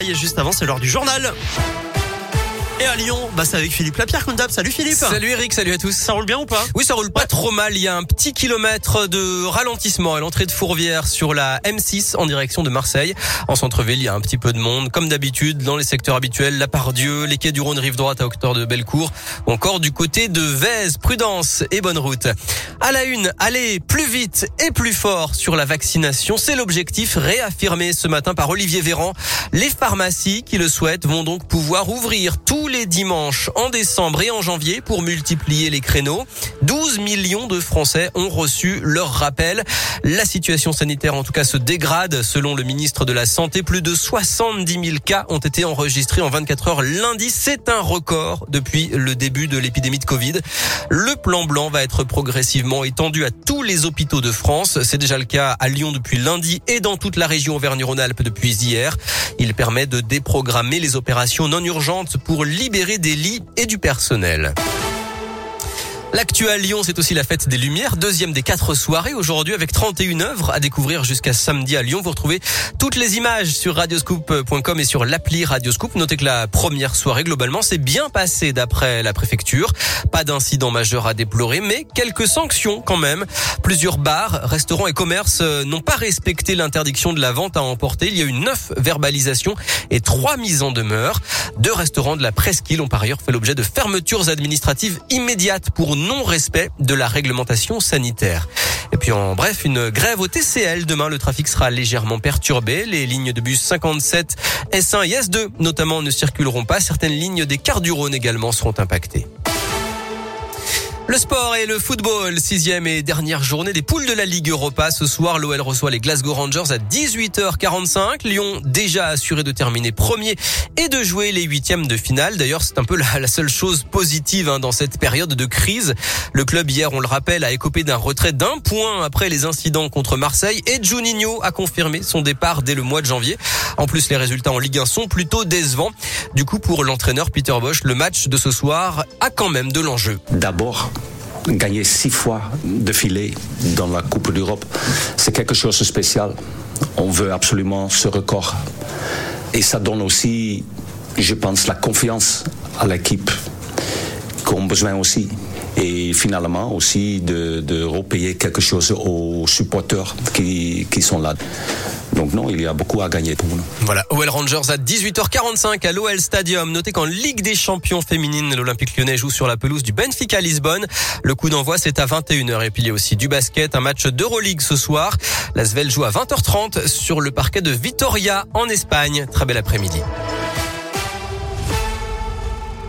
soleil. Et juste avant, c'est l'heure du journal. Et à Lyon, c'est avec Philippe Lapierre comme d'hab. Salut Philippe. Salut Eric, salut à tous. Ça roule bien ou pas? Oui, ça roule pas trop mal. Il y a un petit kilomètre de ralentissement à l'entrée de Fourvière sur la M6 en direction de Marseille. En centre-ville, il y a un petit peu de monde, comme d'habitude, dans les secteurs habituels, la Pardieu, les quais du Rhône, rive droite à hauteur de Bellecour, ou encore du côté de Vèze. Prudence et bonne route. À la une, aller plus vite et plus fort sur la vaccination. C'est l'objectif réaffirmé ce matin par Olivier Véran. Les pharmacies qui le souhaitent vont donc pouvoir ouvrir tous les dimanches en décembre et en janvier pour multiplier les créneaux. 12 millions de Français ont reçu leur rappel. La situation sanitaire en tout cas se dégrade selon le ministre de la Santé. Plus de 70 000 cas ont été enregistrés en 24 heures lundi. C'est un record depuis le début de l'épidémie de Covid. Le plan blanc va être progressivement étendu à tous les hôpitaux de France. C'est déjà le cas à Lyon depuis lundi et dans toute la région Auvergne-Rhône-Alpes depuis hier. Il permet de déprogrammer les opérations non urgentes pour libérer des lits et du personnel. L'actu à Lyon, c'est aussi la fête des Lumières, deuxième des 4 soirées aujourd'hui avec 31 œuvres à découvrir jusqu'à samedi à Lyon. Vous retrouvez toutes les images sur radioscoop.com et sur l'appli Radioscoop. Notez que la première soirée, globalement, s'est bien passée d'après la préfecture. Pas d'incident majeur à déplorer, mais quelques sanctions quand même. Plusieurs bars, restaurants et commerces n'ont pas respecté l'interdiction de la vente à emporter. Il y a eu 9 verbalisations et 3 mises en demeure. 2 restaurants de la Presqu'île ont par ailleurs fait l'objet de fermetures administratives immédiates pour non-respect de la réglementation sanitaire. Et puis en bref, une grève au TCL. Demain, le trafic sera légèrement perturbé. Les lignes de bus 57, S1 et S2 notamment ne circuleront pas. Certaines lignes des cars du Rhône également seront impactées. Le sport et le football, 6e et dernière journée des poules de la Ligue Europa. Ce soir, l'OL reçoit les Glasgow Rangers à 18h45. Lyon déjà assuré de terminer premier et de jouer les 8e de finale. D'ailleurs, c'est un peu la seule chose positive dans cette période de crise. Le club hier, on le rappelle, a écopé d'un retrait d'1 point après les incidents contre Marseille et Juninho a confirmé son départ dès le mois de janvier. En plus, les résultats en Ligue 1 sont plutôt décevants. Du coup, pour l'entraîneur Peter Bosz, le match de ce soir a quand même de l'enjeu. D'abord, gagner 6 fois d'affilée dans la Coupe d'Europe, c'est quelque chose de spécial. On veut absolument ce record. Et ça donne aussi, je pense, la confiance à l'équipe qu'on a besoin aussi. Et finalement aussi de repayer quelque chose aux supporters qui sont là. Donc non, il y a beaucoup à gagner pour nous. Voilà, OL Rangers à 18h45 à l'OL Stadium. Notez qu'en Ligue des Champions féminines, l'Olympique Lyonnais joue sur la pelouse du Benfica Lisbonne. Le coup d'envoi, c'est à 21h. Et puis il y a aussi du basket, un match d'Euroleague ce soir. L'Asvel joue à 20h30 sur le parquet de Vitoria en Espagne. Très bel après-midi.